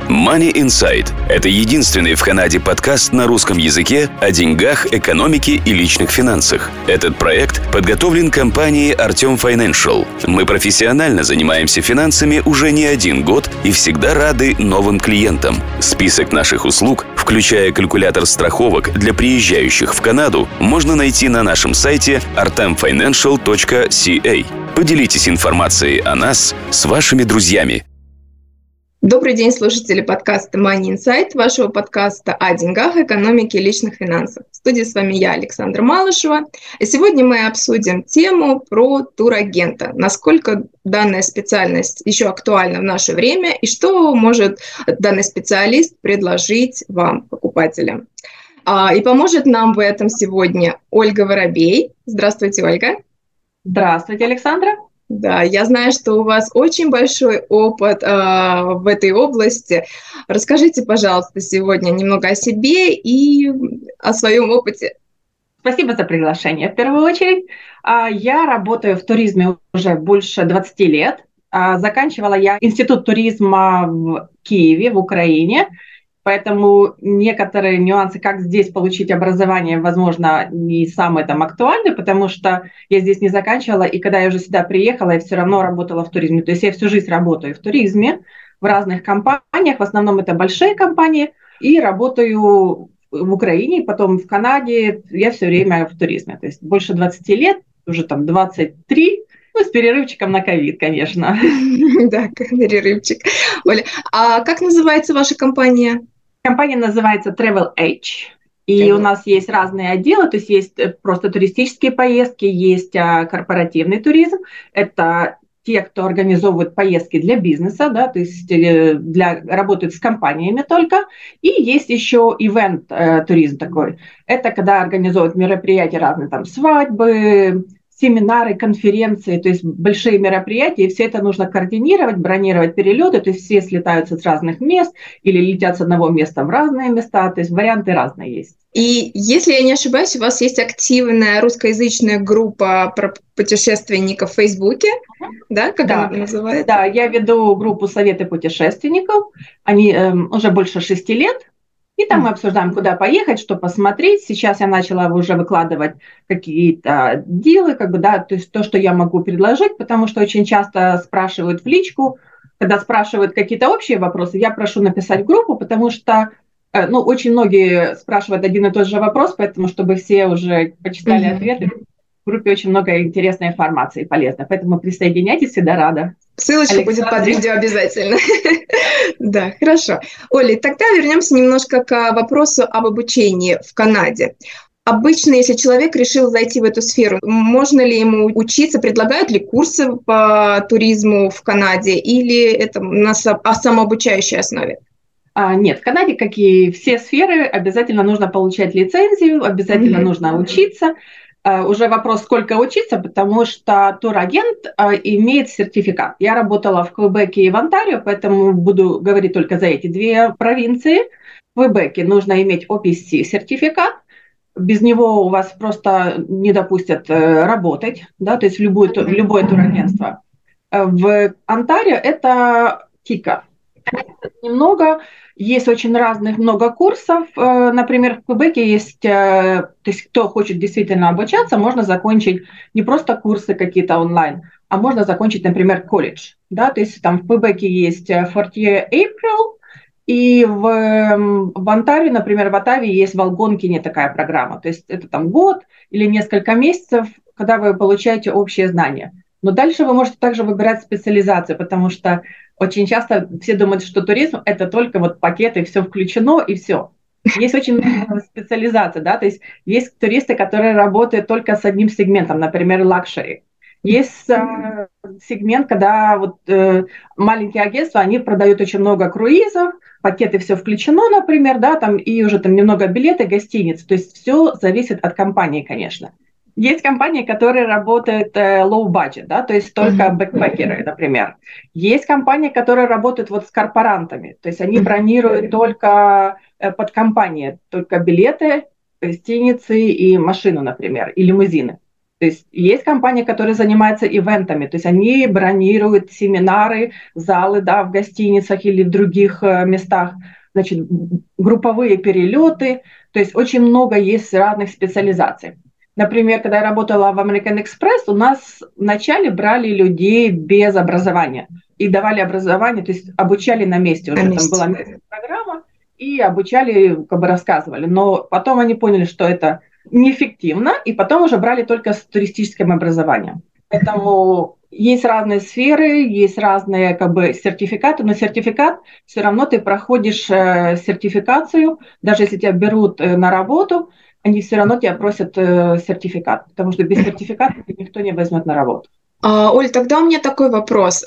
Money Insight – это единственный в Канаде подкаст на русском языке о деньгах, экономике и личных финансах. Этот проект подготовлен компанией Artem Financial. Мы профессионально занимаемся финансами уже не один год и всегда рады новым клиентам. Список наших услуг, включая калькулятор страховок для приезжающих в Канаду, можно найти на нашем сайте artemfinancial.ca. Поделитесь информацией о нас с вашими друзьями. Добрый день, слушатели подкаста Money Insight, вашего подкаста о деньгах, экономике и личных финансах. В студии с вами я, Александра Малышева. И сегодня мы обсудим тему про турагента. Насколько данная специальность еще актуальна в наше время и что может данный специалист предложить вам, покупателям. И поможет нам в этом сегодня Ольга Воробей. Здравствуйте, Ольга. Здравствуйте, Александра. Да, я знаю, что у вас очень большой опыт в этой области. Расскажите, пожалуйста, сегодня немного о себе и о своем опыте. Спасибо за приглашение. В первую очередь, я работаю в туризме уже больше 20 лет. Заканчивала я Институт туризма в Киеве, в Украине. Поэтому некоторые нюансы, как здесь получить образование, возможно, не самые там актуальны, потому что я здесь не заканчивала, и когда я уже сюда приехала, я все равно работала в туризме. То есть я всю жизнь работаю в туризме, в разных компаниях, в основном это большие компании, и работаю в Украине, потом в Канаде, я все время в туризме. То есть больше 20 лет, уже там 23, с перерывчиком на ковид, конечно. Да, перерывчик. Оля, а как называется ваша компания? Компания называется Travel Edge. И у нас есть разные отделы, то есть есть просто туристические поездки, есть корпоративный туризм. Это те, кто организовывает поездки для бизнеса, да, то есть работают с компаниями только. И есть еще ивент-туризм такой. Это когда организовывают мероприятия разные, там свадьбы, семинары, конференции, то есть большие мероприятия, и все это нужно координировать, бронировать перелеты, то есть все слетаются с разных мест или летят с одного места в разные места, то есть варианты разные есть. И если я не ошибаюсь, у вас есть активная русскоязычная группа про путешественников в Фейсбуке, да, как она называется? Да, я веду группу «Советы путешественников», они уже больше 6 лет. И там мы обсуждаем, куда поехать, что посмотреть. Сейчас я начала уже выкладывать какие-то дилы, то есть то, что я могу предложить, потому что очень часто спрашивают в личку, когда спрашивают какие-то общие вопросы, я прошу написать в группу, потому что очень многие спрашивают один и тот же вопрос, поэтому чтобы все уже почитали ответы. В группе очень много интересной информации, полезной, поэтому присоединяйтесь, всегда рада. Ссылочка будет под видео обязательно. Да, хорошо. Оля, тогда вернемся немножко к вопросу об обучении в Канаде. Обычно, если человек решил зайти в эту сферу, можно ли ему учиться, предлагают ли курсы по туризму в Канаде или это на самообучающей основе? Нет, в Канаде, как и все сферы, обязательно нужно получать лицензию, обязательно нужно учиться. Уже вопрос, сколько учиться, потому что турагент имеет сертификат. Я работала в Квебеке и в Онтарио, поэтому буду говорить только за эти две провинции. В Квебеке нужно иметь OPC-сертификат. Без него у вас просто не допустят работать, да, то есть в любое турагентство. В Онтарио это ТИКа. Немного. Есть очень много курсов. Например, в Квебеке есть, то есть кто хочет действительно обучаться, можно закончить не просто курсы какие-то онлайн, а можно закончить, например, колледж. Да? То есть там в Квебеке есть Fourth Year April, и в Онтарио, например, в Оттаве есть в Алгонкине такая программа. То есть это там год или несколько месяцев, когда вы получаете общие знания. Но дальше вы можете также выбирать специализацию, потому что очень часто все думают, что туризм – это только вот пакеты, все включено и все. Есть очень много специализаций, да, то есть есть туристы, которые работают только с одним сегментом, например, лакшери. Есть сегмент, когда маленькие агентства, они продают очень много круизов, пакеты все включено, например, да, там и уже там немного билеты, гостиниц, то есть все зависит от компании, конечно. Есть компании, которые работают low budget, да, то есть только бэкпекеры, например. Есть компании, которые работают с корпорантами, то есть они бронируют только под компании, только билеты, гостиницы и машину, например, и лимузины. То есть есть компании, которые занимаются ивентами, то есть они бронируют семинары, залы, да, в гостиницах или в других местах, значит, групповые перелеты, то есть очень много есть разных специализаций. Например, когда я работала в American Express, у нас вначале брали людей без образования и давали образование, то есть обучали на месте уже, там была программа, и обучали, как бы рассказывали. Но потом они поняли, что это неэффективно, и потом уже брали только с туристическим образованием. Поэтому есть разные сферы, есть разные как бы сертификаты, но сертификат все равно ты проходишь сертификацию, даже если тебя берут на работу, они все равно тебя просят сертификат, потому что без сертификата никто не возьмет на работу. Оль, тогда у меня такой вопрос.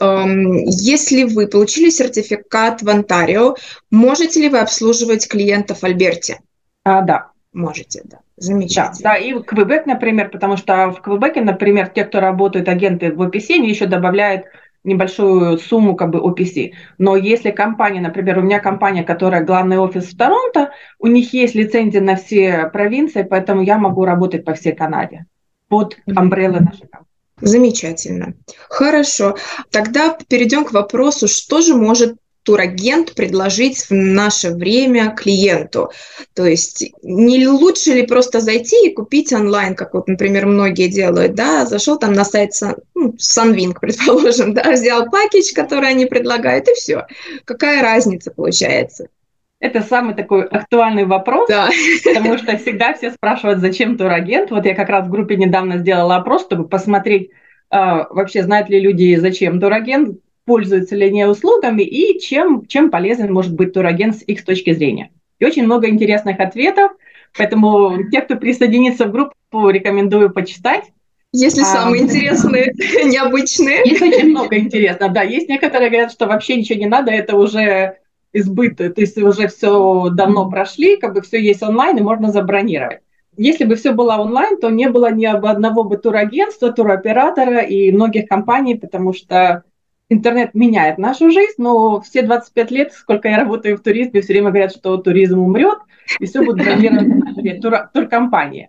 Если вы получили сертификат в Онтарио, можете ли вы обслуживать клиентов в Альберте? Да. Можете, да. Замечательно. Да, и в Квебек, например, потому что в Квебеке, например, те, кто работают, агенты в OPC, они еще добавляют небольшую сумму как бы OPC. Но если компания, например, у меня компания, которая главный офис в Торонто, у них есть лицензия на все провинции, поэтому я могу работать по всей Канаде под амбреллой нашей компании. Замечательно. Хорошо. Тогда перейдем к вопросу, что же может турагент предложить в наше время клиенту? То есть не лучше ли просто зайти и купить онлайн, как вот, например, многие делают, да, зашел там на сайт Sunwing, предположим, да, взял пакетч, который они предлагают, и все. Какая разница получается? Это самый такой актуальный вопрос, да. Потому что всегда все спрашивают, зачем турагент. Вот я как раз в группе недавно сделала опрос, чтобы посмотреть, вообще знают ли люди, зачем турагент, пользуются ли они услугами и чем полезен может быть турагент с их точки зрения. И очень много интересных ответов, поэтому те, кто присоединится в группу, рекомендую почитать. Если самые интересные, необычные. Есть очень много интересного, да. Есть некоторые говорят, что вообще ничего не надо, это уже избыто, то есть уже все давно прошли, как бы все есть онлайн и можно забронировать. Если бы все было онлайн, то не было ни одного бы турагентства, туроператора и многих компаний, потому что интернет меняет нашу жизнь, но все 25 лет, сколько я работаю в туризме, все время говорят, что туризм умрет, и все будет бронировать туркомпании.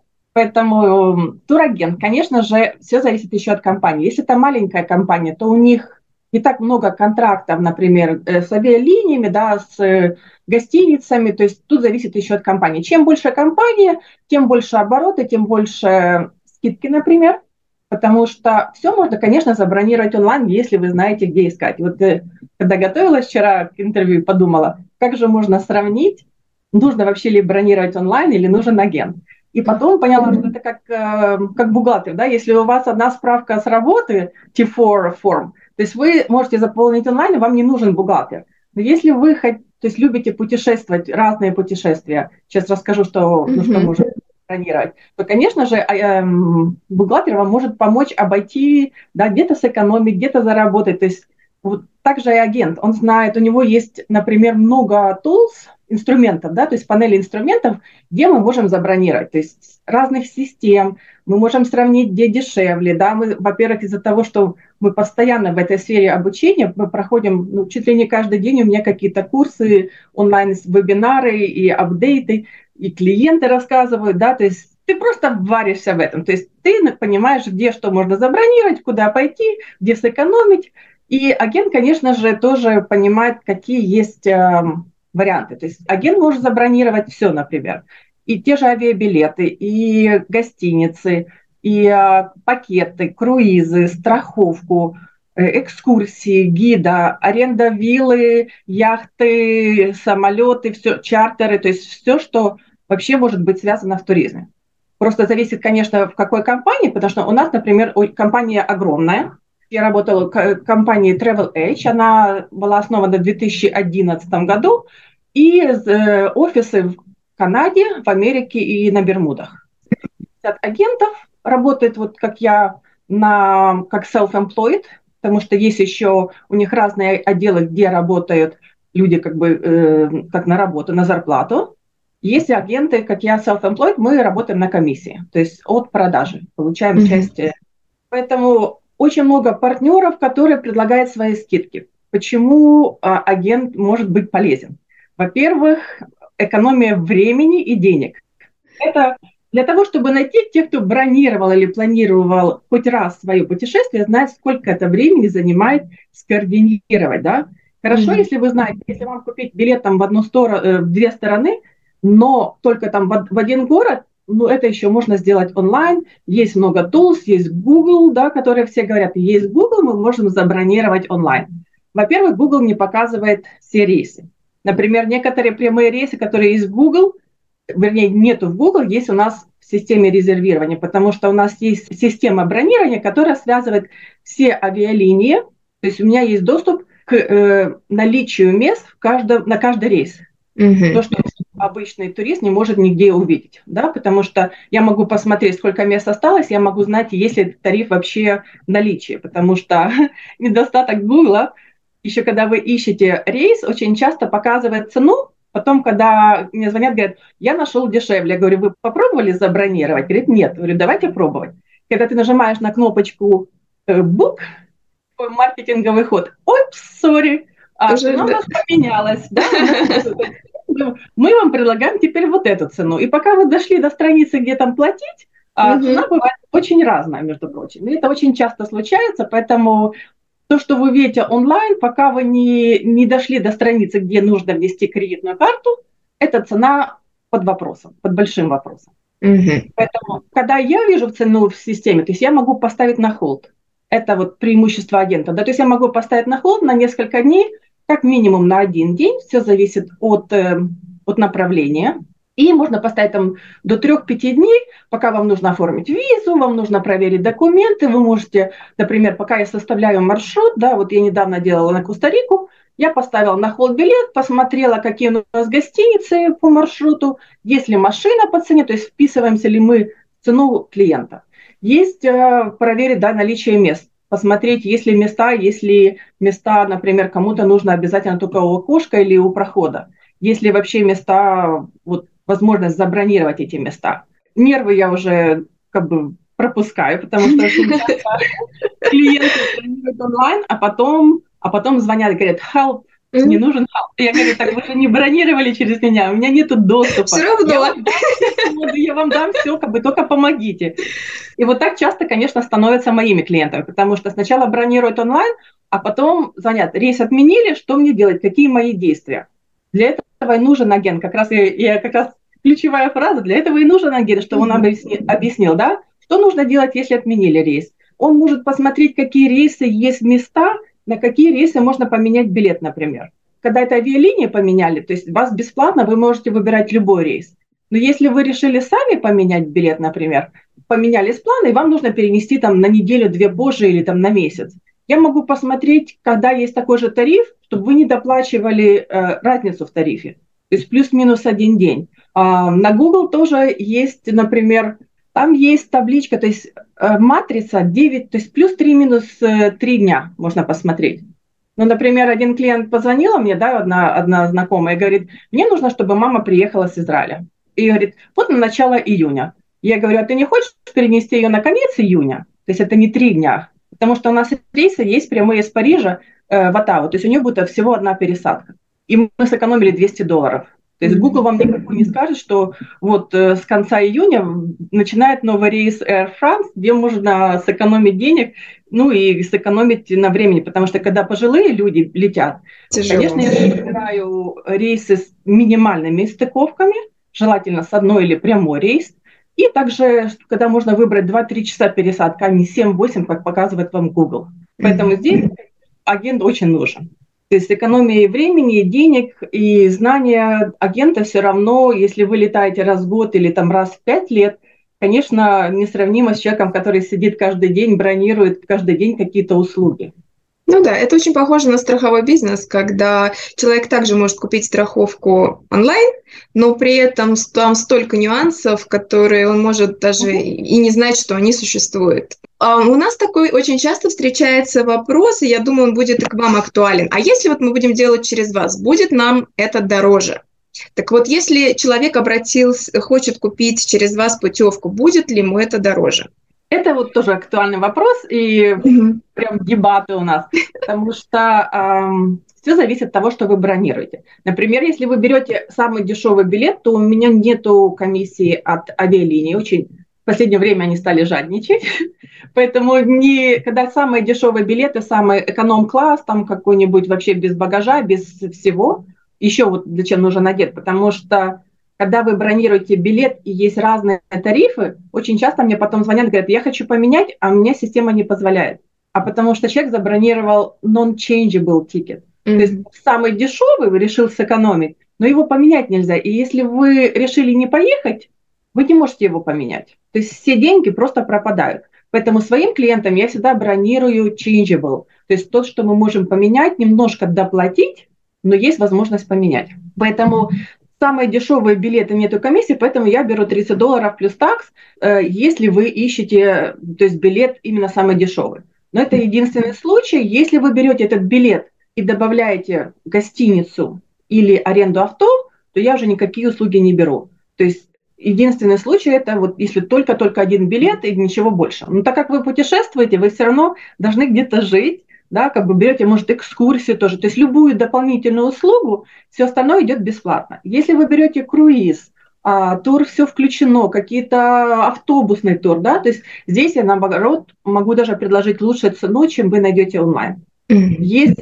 Поэтому турагент, конечно же, все зависит еще от компании. Если это маленькая компания, то у них не так много контрактов, например, с авиалиниями, да, с гостиницами, то есть тут зависит еще от компании. Чем больше компания, тем больше обороты, тем больше скидки, например, потому что все можно, конечно, забронировать онлайн, если вы знаете, где искать. Вот когда готовилась вчера к интервью, подумала, как же можно сравнить, нужно вообще ли бронировать онлайн или нужен агент. И потом поняла, что это как бухгалтер, да, если у вас одна справка с работы, T4 форм, то есть вы можете заполнить онлайн, вам не нужен бухгалтер. Но если вы любите путешествовать, разные путешествия, сейчас расскажу, что можно бронировать, то, конечно же, бухгалтер вам может помочь обойти, да, где-то сэкономить, где-то заработать. То есть вот также и агент, он знает, у него есть, например, много tools, инструментов, да, то есть панели инструментов, где мы можем забронировать, то есть разных систем, мы можем сравнить, где дешевле, да, мы, во-первых, из-за того, что мы постоянно в этой сфере обучения, мы проходим, чуть ли не каждый день у меня какие-то курсы, онлайн-вебинары и апдейты, и клиенты рассказывают, да, то есть ты просто варишься в этом, то есть ты понимаешь, где что можно забронировать, куда пойти, где сэкономить, и агент, конечно же, тоже понимает, какие есть варианты. То есть агент может забронировать все, например, и те же авиабилеты, и гостиницы, и пакеты, круизы, страховку, экскурсии, гида, аренда виллы, яхты, самолеты, все, чартеры, то есть все, что вообще может быть связано с туризмом. Просто зависит, конечно, в какой компании, потому что у нас, например, компания огромная. Я работала в компании Travel Edge, она была основана в 2011 году, и офисы в Канаде, в Америке и на Бермудах. 50 агентов работает, вот как я, как self-employed, потому что есть еще у них разные отделы, где работают люди как на работу, на зарплату. Есть агенты, как я, self-employed, мы работаем на комиссии, то есть от продажи, получаем часть. Поэтому очень много партнеров, которые предлагают свои скидки. Почему агент может быть полезен? Во-первых, экономия времени и денег. Это Для того, чтобы найти тех, кто бронировал или планировал хоть раз свое путешествие, знать, сколько это времени занимает скоординировать, да? Хорошо, если вы знаете, если вам купить билет там в две стороны, но только там в один город, ну, это еще можно сделать онлайн. Есть много tools, есть Google, да, которые все говорят, есть Google, мы можем забронировать онлайн. Во-первых, Google не показывает все рейсы. Например, некоторые прямые рейсы, которые есть в Google, вернее, нету в Google, есть у нас в системе резервирования, потому что у нас есть система бронирования, которая связывает все авиалинии. То есть у меня есть доступ к наличию мест на каждый рейс. То, что обычный турист не может нигде увидеть, да, потому что я могу посмотреть, сколько мест осталось, я могу знать, есть ли тариф вообще в наличии, потому что недостаток Гугла, еще когда вы ищете рейс, очень часто показывает цену, потом, когда мне звонят, говорят, я нашел дешевле, я говорю, вы попробовали забронировать? Говорит, нет, я говорю, давайте пробовать. Когда ты нажимаешь на кнопочку book, маркетинговый ход, ой, сори, цена у нас поменялась, да, мы вам предлагаем теперь вот эту цену. И пока вы дошли до страницы, где там платить, цена бывает очень разная, между прочим. И это очень часто случается, поэтому то, что вы видите онлайн, пока вы не дошли до страницы, где нужно внести кредитную карту, эта цена под вопросом, под большим вопросом. Поэтому, когда я вижу цену в системе, то есть я могу поставить на холд. Это вот преимущество агента. Да? То есть я могу поставить на холд на несколько дней, как минимум на один день, все зависит от направления. И можно поставить там до 3-5 дней, пока вам нужно оформить визу, вам нужно проверить документы. Вы можете, например, пока я составляю маршрут, да, вот я недавно делала на Коста-Рику, я поставила на холд билет, посмотрела, какие у нас гостиницы по маршруту, есть ли машина по цене, то есть вписываемся ли мы в цену клиента. Есть проверить, да, наличие мест. Посмотреть, есть ли места, например, кому-то нужно обязательно только у окошка или у прохода. Есть ли вообще места, вот, возможность забронировать эти места. Нервы я уже как бы пропускаю, потому что очень часто клиенты бронируют онлайн, а потом звонят и говорят, help, мне нужен help. Я говорю, так вы же не бронировали через меня, у меня нету доступа. Все равно. Я вам дам все, как бы только помогите. И вот так часто, конечно, становятся моими клиентами, потому что сначала бронируют онлайн, а потом звонят, рейс отменили, что мне делать, какие мои действия. Для этого и нужен агент, как раз ключевая фраза, для этого и нужен агент, что он объяснил, да, что нужно делать, если отменили рейс. Он может посмотреть, какие рейсы есть места, на какие рейсы можно поменять билет, например. Когда это авиалинии поменяли, то есть вас бесплатно, вы можете выбирать любой рейс. Но если вы решили сами поменять билет, например, поменялись планы, и вам нужно перенести там на неделю-две позже или там на месяц, я могу посмотреть, когда есть такой же тариф, чтобы вы не доплачивали разницу в тарифе. То есть плюс-минус один день. На Google тоже есть, например, там есть табличка, то есть матрица 9, то есть плюс 3 минус 3 дня можно посмотреть. Ну, например, один клиент позвонила мне, да, одна знакомая, и говорит, мне нужно, чтобы мама приехала с Израиля. И говорит, вот на начало июня. Я говорю, а ты не хочешь перенести ее на конец июня? То есть это не 3 дня. Потому что у нас рейсы есть прямые из Парижа в Оттаву. То есть у нее будет всего одна пересадка. И мы сэкономили $200. То есть Google вам никакой не скажет, что вот с конца июня начинает новый рейс Air France, где можно сэкономить денег, ну и сэкономить на времени. Потому что когда пожилые люди летят, конечно, я выбираю рейсы с минимальными стыковками, желательно с одной или прямой рейс. И также, когда можно выбрать 2-3 часа пересадка, а не 7-8, как показывает вам Google. Поэтому здесь агент очень нужен. То есть экономия времени, денег и знания агента все равно, если вы летаете раз в год или там раз в 5 лет, конечно, несравнимо с человеком, который сидит каждый день, бронирует каждый день какие-то услуги. Ну да, это очень похоже на страховой бизнес, когда человек также может купить страховку онлайн, но при этом там столько нюансов, которые он может даже и не знать, что они существуют. У нас такой очень часто встречается вопрос, и я думаю, он будет и к вам актуален. А если вот мы будем делать через вас, будет нам это дороже? Так вот, если человек хочет купить через вас путевку, будет ли ему это дороже? Это вот тоже актуальный вопрос и прям дебаты у нас, потому что все зависит от того, что вы бронируете. Например, если вы берете самый дешевый билет, то у меня нету комиссии от авиалинии. Очень в последнее время они стали жадничать, поэтому когда самые дешевые билеты, самый эконом-класс, там какой-нибудь вообще без багажа, без всего, еще вот зачем нужен одет, потому что когда вы бронируете билет и есть разные тарифы, очень часто мне потом звонят и говорят, я хочу поменять, а мне система не позволяет. А потому что человек забронировал non-changeable ticket. То есть самый дешевый решил сэкономить, но его поменять нельзя. И если вы решили не поехать, вы не можете его поменять. То есть все деньги просто пропадают. Поэтому своим клиентам я всегда бронирую changeable. То есть то, что мы можем поменять, немножко доплатить, но есть возможность поменять. Поэтому самые дешевые билеты нету комиссии, поэтому я беру $30 плюс такс, если вы ищете, то есть билет именно самый дешевый. Но это единственный случай, если вы берете этот билет и добавляете гостиницу или аренду авто, то я уже никакие услуги не беру. То есть единственный случай это вот если только один билет и ничего больше. Но так как вы путешествуете, вы все равно должны где-то жить, да, как бы берете, может, экскурсию тоже, то есть любую дополнительную услугу, все остальное идет бесплатно. Если вы берете круиз, тур все включено, какие-то автобусный тур, да, то есть здесь я, наоборот, могу даже предложить лучшую цену, чем вы найдете онлайн. Если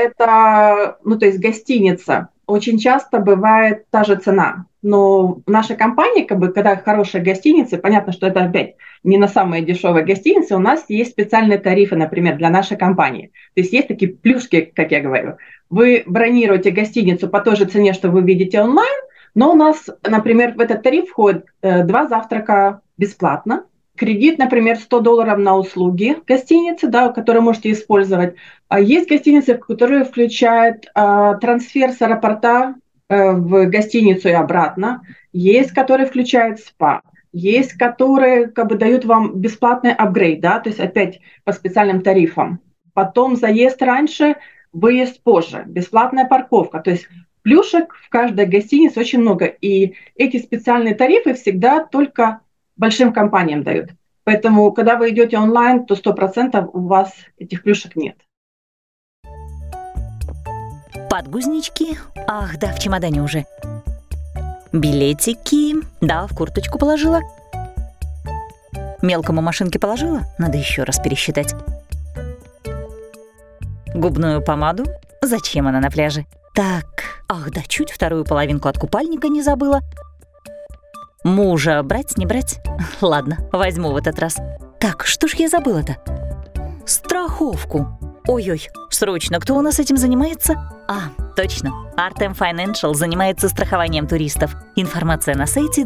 это, то есть гостиница, очень часто бывает та же цена, но в нашей компании, когда хорошие гостиницы, понятно, что это опять не на самые дешевые гостиницы, у нас есть специальные тарифы, например, для нашей компании. То есть есть такие плюшки, как я говорю. Вы бронируете гостиницу по той же цене, что вы видите онлайн, но у нас, например, в этот тариф входит 2 завтрака бесплатно, кредит, например, $100 на услуги гостиницы, да, которые можете использовать. Есть гостиницы, которые включают трансфер с аэропорта в гостиницу и обратно. Есть, которые включают спа. Есть, которые дают вам бесплатный апгрейд, да, то есть опять по специальным тарифам. Потом заезд раньше, выезд позже, бесплатная парковка. То есть плюшек в каждой гостинице очень много. И эти специальные тарифы всегда только большим компаниям дают. Поэтому, когда вы идете онлайн, то 100% у вас этих плюшек нет. Подгузнички? Ах, да, в чемодане уже. Билетики? Да, в курточку положила. Мелкому машинке положила? Надо еще раз пересчитать. Губную помаду? Зачем она на пляже? Так, ах, да, чуть вторую половинку от купальника не забыла. Мужа брать, не брать? Ладно, возьму в этот раз. Так, что ж я забыла-то? Страховку. Ой-ой, срочно, кто у нас этим занимается? Точно, Artem Financial занимается страхованием туристов. Информация на сайте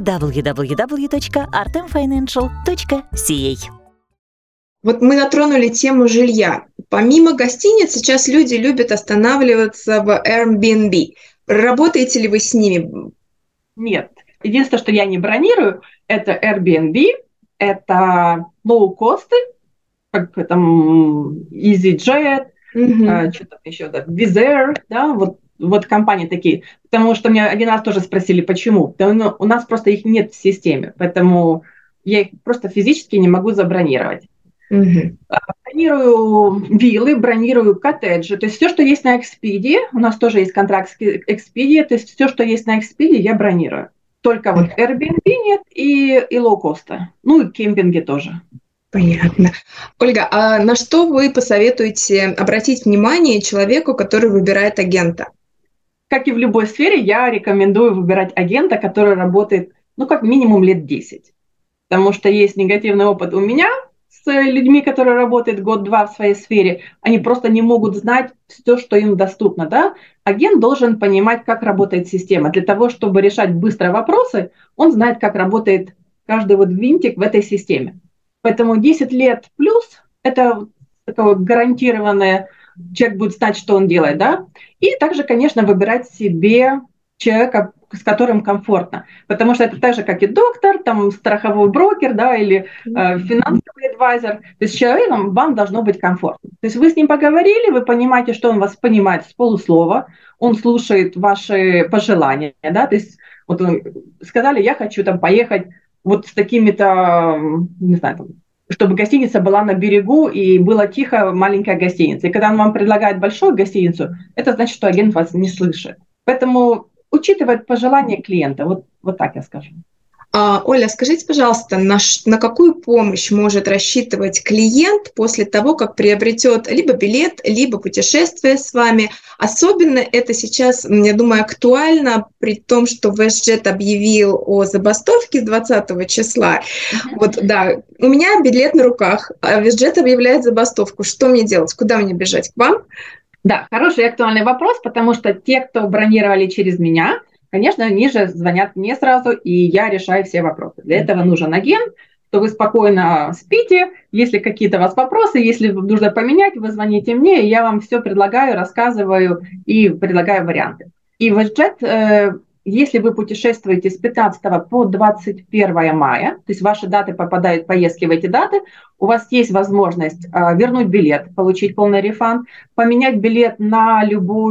www.artemfinancial.ca. Вот мы затронули тему жилья. Помимо гостиниц, сейчас люди любят останавливаться в Airbnb. Работаете ли вы с ними? Нет. Единственное, что я не бронирую, это Airbnb, это low-косты, как там EasyJet, что там еще, да, Wizz Air, да, вот компании такие. Потому что меня один раз тоже спросили, почему. Потому у нас просто их нет в системе, поэтому я их просто физически не могу забронировать. Бронирую виллы, бронирую коттеджи, то есть все, что есть на Expedia, у нас тоже есть контракт с Expedia, то есть все, что есть на Expedia, я бронирую. Только вот Airbnb нет и лоу-коста, и кемпинги тоже. Понятно. Ольга, а на что вы посоветуете обратить внимание человеку, который выбирает агента? Как и в любой сфере, я рекомендую выбирать агента, который работает, как минимум лет 10. Потому что есть негативный опыт у меня с людьми, которые работают 1-2 в своей сфере. Они просто не могут знать все, что им доступно. Да? Агент должен понимать, как работает система. Для того, чтобы решать быстро вопросы, он знает, как работает каждый винтик в этой системе. Поэтому 10 лет плюс – это такое гарантированное, человек будет знать, что он делает. Да? И также, конечно, выбирать себе человека, с которым комфортно. Потому что это так же, как и доктор, там, страховой брокер, да, или финансовый адвайзер. То есть с человеком вам должно быть комфортно. То есть вы с ним поговорили, вы понимаете, что он вас понимает с полуслова, он слушает ваши пожелания. Да? То есть вот сказали, я хочу там поехать вот с такими-то, не знаю, там, чтобы гостиница была на берегу и была тихо, маленькая гостиница. И когда он вам предлагает большую гостиницу, это значит, что агент вас не слышит. Поэтому учитывать пожелания клиента. Вот так я скажу. Оля, скажите, пожалуйста, на какую помощь может рассчитывать клиент после того, как приобретет либо билет, либо путешествие с вами? Особенно это сейчас, я думаю, актуально при том, что WestJet объявил о забастовке с 20 числа. Вот, да, у меня билет на руках, а WestJet объявляет забастовку. Что мне делать? Куда мне бежать? К вам? Да, хороший и актуальный вопрос, потому что те, кто бронировали через меня, конечно, они же звонят мне сразу, и я решаю все вопросы. Для этого нужен агент, что вы спокойно спите, если какие-то у вас вопросы, если нужно поменять, вы звоните мне, и я вам все предлагаю, рассказываю и предлагаю варианты. И WestJet, если вы путешествуете с 15 по 21 мая, то есть ваши даты попадают, поездки в эти даты, у вас есть возможность вернуть билет, получить полный рефанд, поменять билет на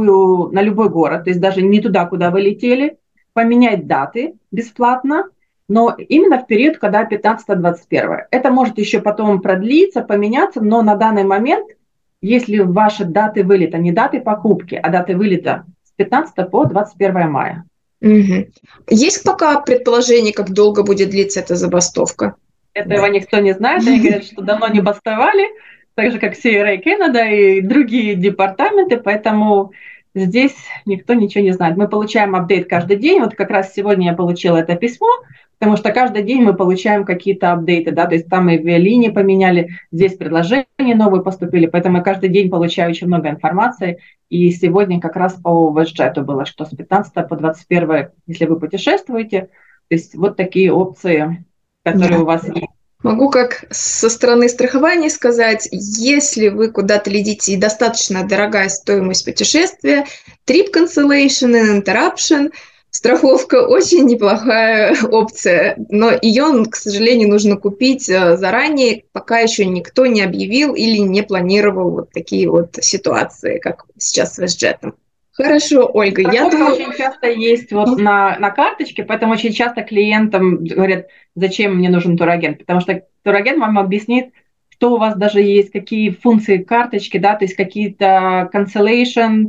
любой город, то есть даже не туда, куда вы летели, поменять даты бесплатно, но именно в период, когда 15-21. Это может еще потом продлиться, поменяться, но на данный момент, если ваши даты вылета, не даты покупки, а даты вылета с 15 по 21 мая. Угу. Есть пока предположение, как долго будет длиться эта забастовка? Этого никто не знает. Они говорят, что давно не бастовали, так же, как CRA Canada и другие департаменты, поэтому здесь никто ничего не знает. Мы получаем апдейт каждый день. Вот как раз сегодня я получила это письмо, потому что каждый день мы получаем какие-то апдейты, да, то есть там и авиалинии поменяли, здесь предложения новые поступили, поэтому я каждый день получаю очень много информации. И сегодня как раз по WestJet было, что с 15 по 21, если вы путешествуете, то есть вот такие опции, которые у вас есть. Могу как со стороны страхования сказать, если вы куда-то летите и достаточно дорогая стоимость путешествия, trip cancellation and interruption, страховка очень неплохая опция, но ее, к сожалению, нужно купить заранее, пока еще никто не объявил или не планировал вот такие вот ситуации, как сейчас с WestJet. Хорошо, Ольга, я думаю... очень часто есть вот на карточке, поэтому очень часто клиентам говорят, зачем мне нужен турагент, потому что турагент вам объяснит, что у вас даже есть, какие функции карточки, да, то есть какие-то cancellation,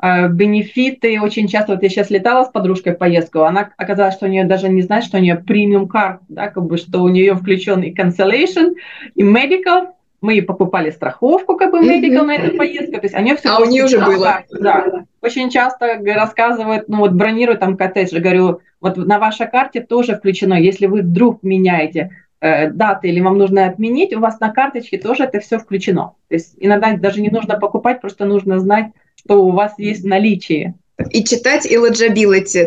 бенефиты. Очень часто, вот я сейчас летала с подружкой в поездку, она оказалась, что у нее даже не знает, что у нее премиум карт, да, как бы, что у нее включен и cancellation, и medical. Мы покупали страховку, как бы, medical на эту поездку, то есть они все... у нее уже было. Да. Очень часто рассказывают, ну вот бронируют там коттедж, говорю, вот на вашей карте тоже включено, если вы вдруг меняете даты или вам нужно отменить, у вас на карточке тоже это все включено. То есть иногда даже не нужно покупать, просто нужно знать, что у вас есть в наличии. И читать eligibility,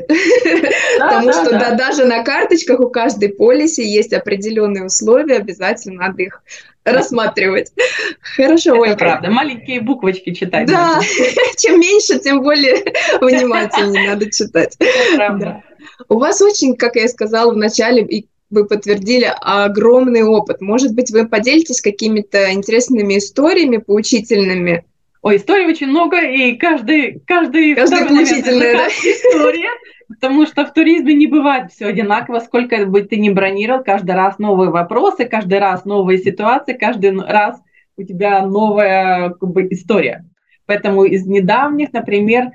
потому что даже на карточках у каждой полиси есть определенные условия, обязательно надо их рассматривать. Хорошо, это Ольга. Правда, маленькие буквочки читать. Да, чем меньше, тем более внимательнее надо читать. Это правда. У вас очень, как я сказала в начале, и вы подтвердили, огромный опыт. Может быть, вы поделитесь какими-то интересными историями, поучительными? Ой, историй очень много, и каждый поучительная, да? история, потому что в туризме не бывает все одинаково, сколько бы ты ни бронировал, каждый раз новые вопросы, каждый раз новые ситуации, каждый раз у тебя новая как бы история. Поэтому из недавних, например,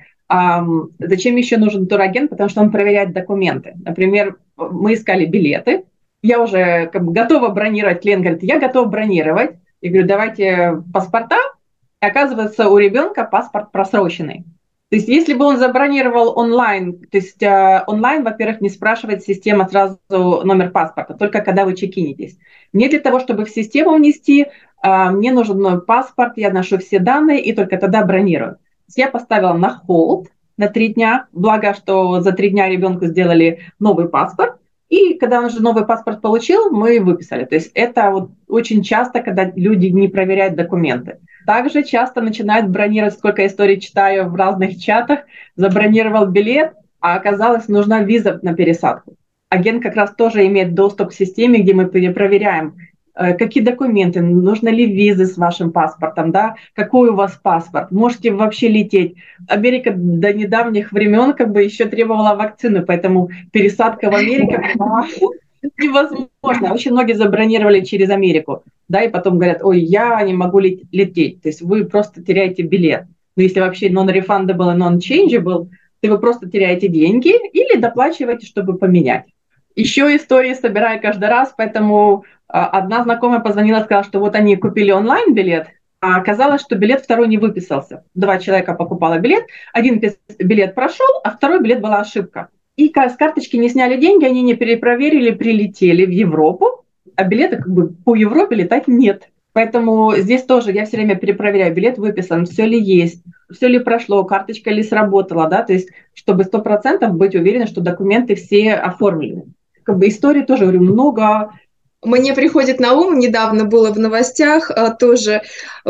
зачем еще нужен турагент? Потому что он проверяет документы. Например, мы искали билеты, я уже как бы готова бронировать, клиент говорит, я готов бронировать. Я говорю, давайте паспорта. И оказывается, у ребенка паспорт просроченный. То есть если бы он забронировал онлайн, то есть онлайн, во-первых, не спрашивает система сразу номер паспорта, только когда вы чекинитесь. Мне для того, чтобы в систему внести, мне нужен мой паспорт, я вношу все данные и только тогда бронирую. Я поставила на hold на 3 дня, благо, что за 3 дня ребенку сделали новый паспорт, и когда он уже новый паспорт получил, мы выписали. То есть это вот очень часто, когда люди не проверяют документы. Также часто начинают бронировать, сколько историй читаю в разных чатах, забронировал билет, а оказалось, нужна виза на пересадку. Агент как раз тоже имеет доступ к системе, где мы проверяем, какие документы, нужны ли визы с вашим паспортом, да, какой у вас паспорт, можете вообще лететь. Америка до недавних времен как бы еще требовала вакцины, поэтому пересадка в Америку была невозможно. Очень многие забронировали через Америку, да, и потом говорят, ой, я не могу лететь. То есть вы просто теряете билет. Но если вообще non-refundable и non-changeable, то вы просто теряете деньги или доплачиваете, чтобы поменять. Еще истории собираю каждый раз, поэтому одна знакомая позвонила и сказала, что вот они купили онлайн-билет, а оказалось, что билет второй не выписался. 2 человека покупало билет, один билет прошел, а второй билет была ошибка. И с карточки не сняли деньги, они не перепроверили, прилетели в Европу, а билета как бы по Европе летать нет. Поэтому здесь тоже я все время перепроверяю, билет выписан, все ли есть, все ли прошло, карточка ли сработала, да, то есть чтобы 100% быть уверены, что документы все оформлены. Как бы историй тоже, говорю, много. Мне приходит на ум, недавно было в новостях, тоже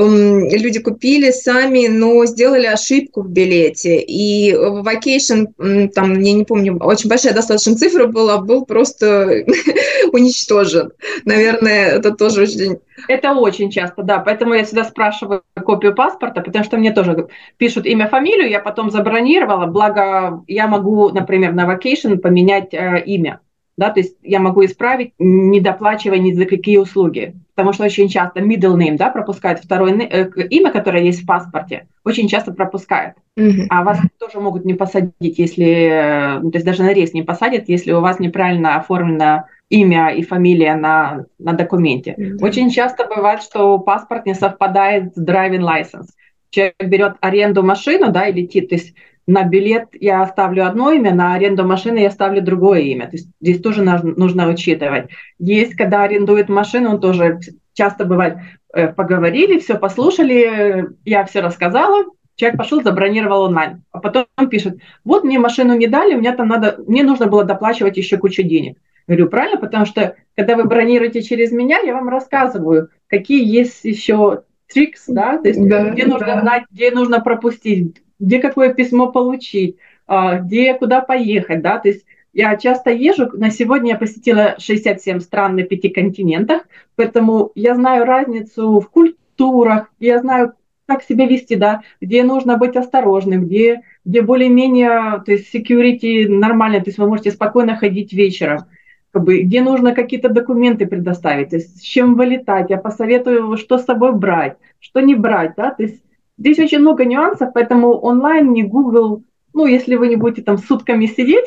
люди купили сами, но сделали ошибку в билете. И vacation, там, я не помню, очень большая достаточно цифра была, был просто уничтожен. Наверное, это тоже очень... Это очень часто, да, поэтому я всегда спрашиваю копию паспорта, потому что мне тоже пишут имя, фамилию, я потом забронировала, благо я могу, например, на vacation поменять имя. Да, то есть я могу исправить, не доплачивая ни за какие услуги. Потому что очень часто middle name, да, пропускают второе имя, которое есть в паспорте, очень часто пропускают. А вас тоже могут не посадить, если, то есть даже на рейс не посадят, если у вас неправильно оформлено имя и фамилия на документе. Очень часто бывает, что паспорт не совпадает с driving license. Человек берет аренду машину, да, и летит, то есть на билет я ставлю одно имя, на аренду машины я ставлю другое имя. То есть здесь тоже нужно учитывать. Есть, когда арендует машину, он тоже часто бывает, поговорили, все послушали, я все рассказала, человек пошел, забронировал онлайн. А потом он пишет, вот мне машину не дали, мне нужно было доплачивать еще кучу денег. Я говорю, правильно, потому что когда вы бронируете через меня, я вам рассказываю, какие есть еще трикс, да, то есть где нужно знать, где нужно пропустить, где какое письмо получить, где куда поехать, да, то есть я часто езжу, на сегодня я посетила 67 стран на 5 континентах, поэтому я знаю разницу в культурах, я знаю, как себя вести, да, где нужно быть осторожным, где более-менее, то есть security нормально, то есть вы можете спокойно ходить вечером, как бы, где нужно какие-то документы предоставить, то есть с чем вылетать, я посоветую, что с собой брать, что не брать, да, то есть здесь очень много нюансов, поэтому онлайн, не Google, ну, если вы не будете там сутками сидеть,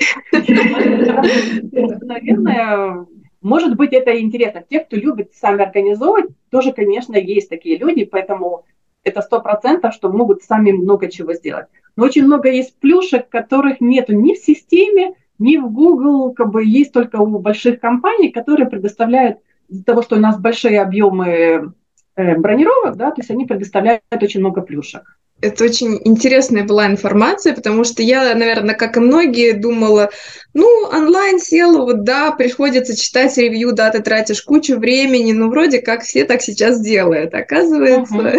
наверное, может быть, это интересно. Те, кто любит сами организовывать, тоже, конечно, есть такие люди, поэтому это 100%, что могут сами много чего сделать. Но очень много есть плюшек, которых нету ни в системе, ни в Google, как бы есть только у больших компаний, которые предоставляют, из-за того, что у нас большие объемы бронировок, да, то есть они предоставляют очень много плюшек. Это очень интересная была информация, потому что я, наверное, как и многие, думала, ну, онлайн сел, вот да, приходится читать ревью, да, ты тратишь кучу времени, ну, вроде как все так сейчас делают, оказывается.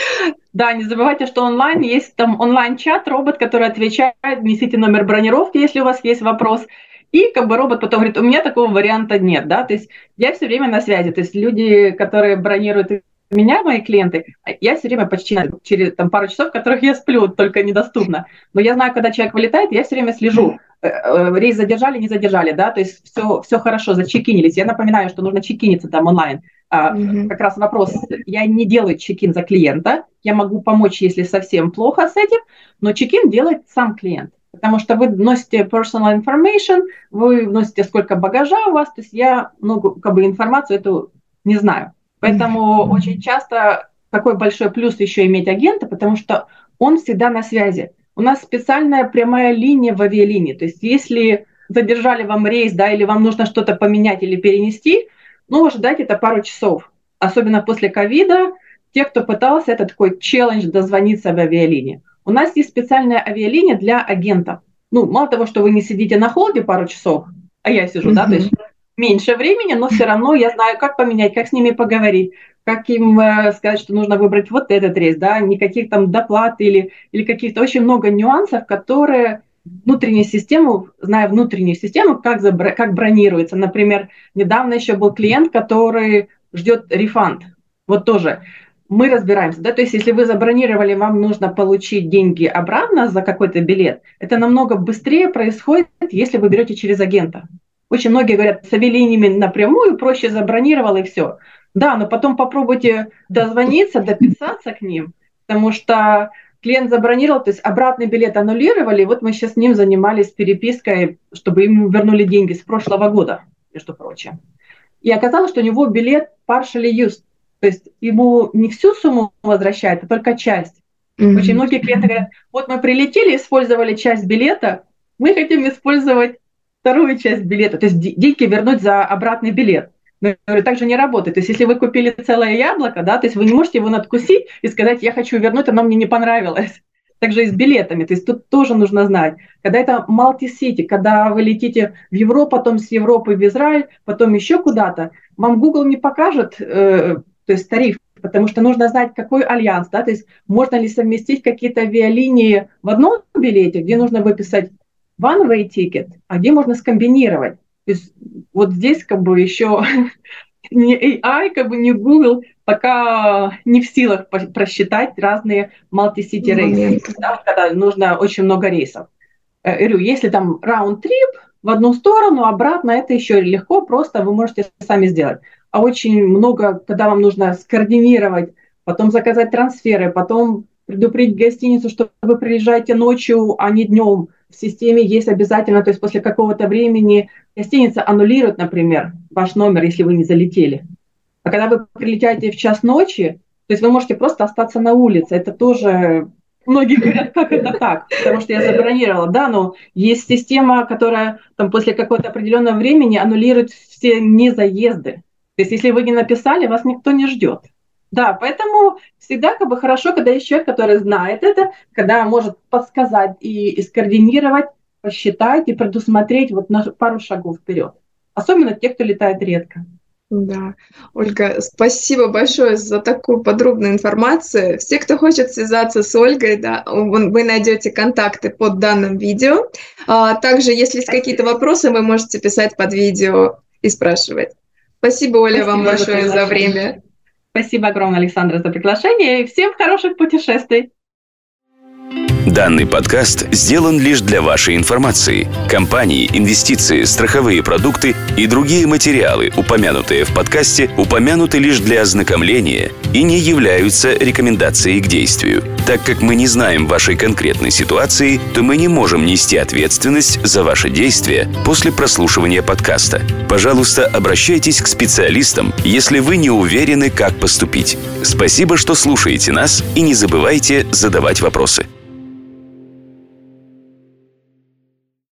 Да, не забывайте, что онлайн есть там онлайн-чат, робот, который отвечает, несите номер бронировки, если у вас есть вопрос. И как бы робот потом говорит, у меня такого варианта нет, да, то есть я все время на связи, то есть люди, которые бронируют меня, мои клиенты, я все время почти через там, пару часов, в которых я сплю, только недоступно. Но я знаю, когда человек вылетает, я все время слежу. Рейс задержали, не задержали, да, то есть все хорошо, зачекинились. Я напоминаю, что нужно чекиниться там онлайн. Как раз вопрос, я не делаю чекин за клиента, я могу помочь, если совсем плохо с этим, но чекин делает сам клиент. Потому что вы вносите personal information, вы вносите сколько багажа у вас, то есть я как бы информацию эту не знаю. Поэтому очень часто такой большой плюс еще иметь агента, потому что он всегда на связи. У нас специальная прямая линия в авиалинии. То есть если задержали вам рейс, да, или вам нужно что-то поменять или перенести, ну, ждать это пару часов. Особенно после ковида, те, кто пытался, это такой челлендж дозвониться в авиалинии. У нас есть специальная авиалиния для агентов. Ну, мало того, что вы не сидите на холде пару часов, а я сижу, да, то есть меньше времени, но все равно я знаю, как поменять, как с ними поговорить, как им сказать, что нужно выбрать вот этот рейс, да, никаких там доплат или каких-то очень много нюансов, которые внутреннюю систему, зная внутреннюю систему, как бронируется. Например, недавно еще был клиент, который ждет рефанд. Вот тоже мы разбираемся, да, то есть если вы забронировали, вам нужно получить деньги обратно за какой-то билет, это намного быстрее происходит, если вы берете через агента. Очень многие говорят, с авиалиниями напрямую проще забронировал и все. Да, но потом попробуйте дозвониться, дописаться к ним, потому что клиент забронировал, то есть обратный билет аннулировали, и вот мы сейчас с ним занимались перепиской, чтобы ему вернули деньги с прошлого года, между прочим. И оказалось, что у него билет partially used, то есть ему не всю сумму возвращают, а только часть. Очень многие клиенты говорят, вот мы прилетели, использовали часть билета, мы хотим использовать вторую часть билета, то есть деньги вернуть за обратный билет. Но я говорю, так же не работает. То есть если вы купили целое яблоко, да, то есть вы не можете его надкусить и сказать, я хочу вернуть, оно мне не понравилось. Также и с билетами. То есть тут тоже нужно знать. Когда это multi-city, когда вы летите в Европу, потом с Европы в Израиль, потом еще куда-то, вам Google не покажет то есть тариф, потому что нужно знать, какой альянс, да, то есть можно ли совместить какие-то авиалинии в одном билете, где нужно выписать one-way ticket, а где можно скомбинировать. То есть вот здесь как бы еще не AI, как бы не Google, пока не в силах просчитать разные multi-city рейсы, да, когда нужно очень много рейсов. Если там round-trip в одну сторону, обратно, это еще легко, просто вы можете сами сделать. А очень много, когда вам нужно скоординировать, потом заказать трансферы, потом предупредить гостиницу, что вы приезжаете ночью, а не днем. В системе есть обязательно, то есть после какого-то времени гостиница аннулирует, например, ваш номер, если вы не залетели. А когда вы прилетаете в час ночи, то есть вы можете просто остаться на улице. Это тоже... Многие говорят, как это так? Потому что я забронировала. Да, но есть система, которая там после какого-то определенного времени аннулирует все незаезды. То есть если вы не написали, вас никто не ждет. Да, поэтому всегда как бы хорошо, когда есть человек, который знает это, когда может подсказать и скоординировать, посчитать и предусмотреть вот на пару шагов вперед. Особенно те, кто летает редко. Да, Ольга, спасибо большое за такую подробную информацию. Все, кто хочет связаться с Ольгой, да, вы найдете контакты под данным видео. Также, если есть какие-то вопросы, вы можете писать под видео и спрашивать. Спасибо, Оля, вам большое за время. Спасибо огромное, Александра, за приглашение. И всем хороших путешествий. Данный подкаст сделан лишь для вашей информации. Компании, инвестиции, страховые продукты и другие материалы, упомянутые в подкасте, упомянуты лишь для ознакомления и не являются рекомендацией к действию. Так как мы не знаем вашей конкретной ситуации, то мы не можем нести ответственность за ваши действия после прослушивания подкаста. Пожалуйста, обращайтесь к специалистам, если вы не уверены, как поступить. Спасибо, что слушаете нас, и не забывайте задавать вопросы.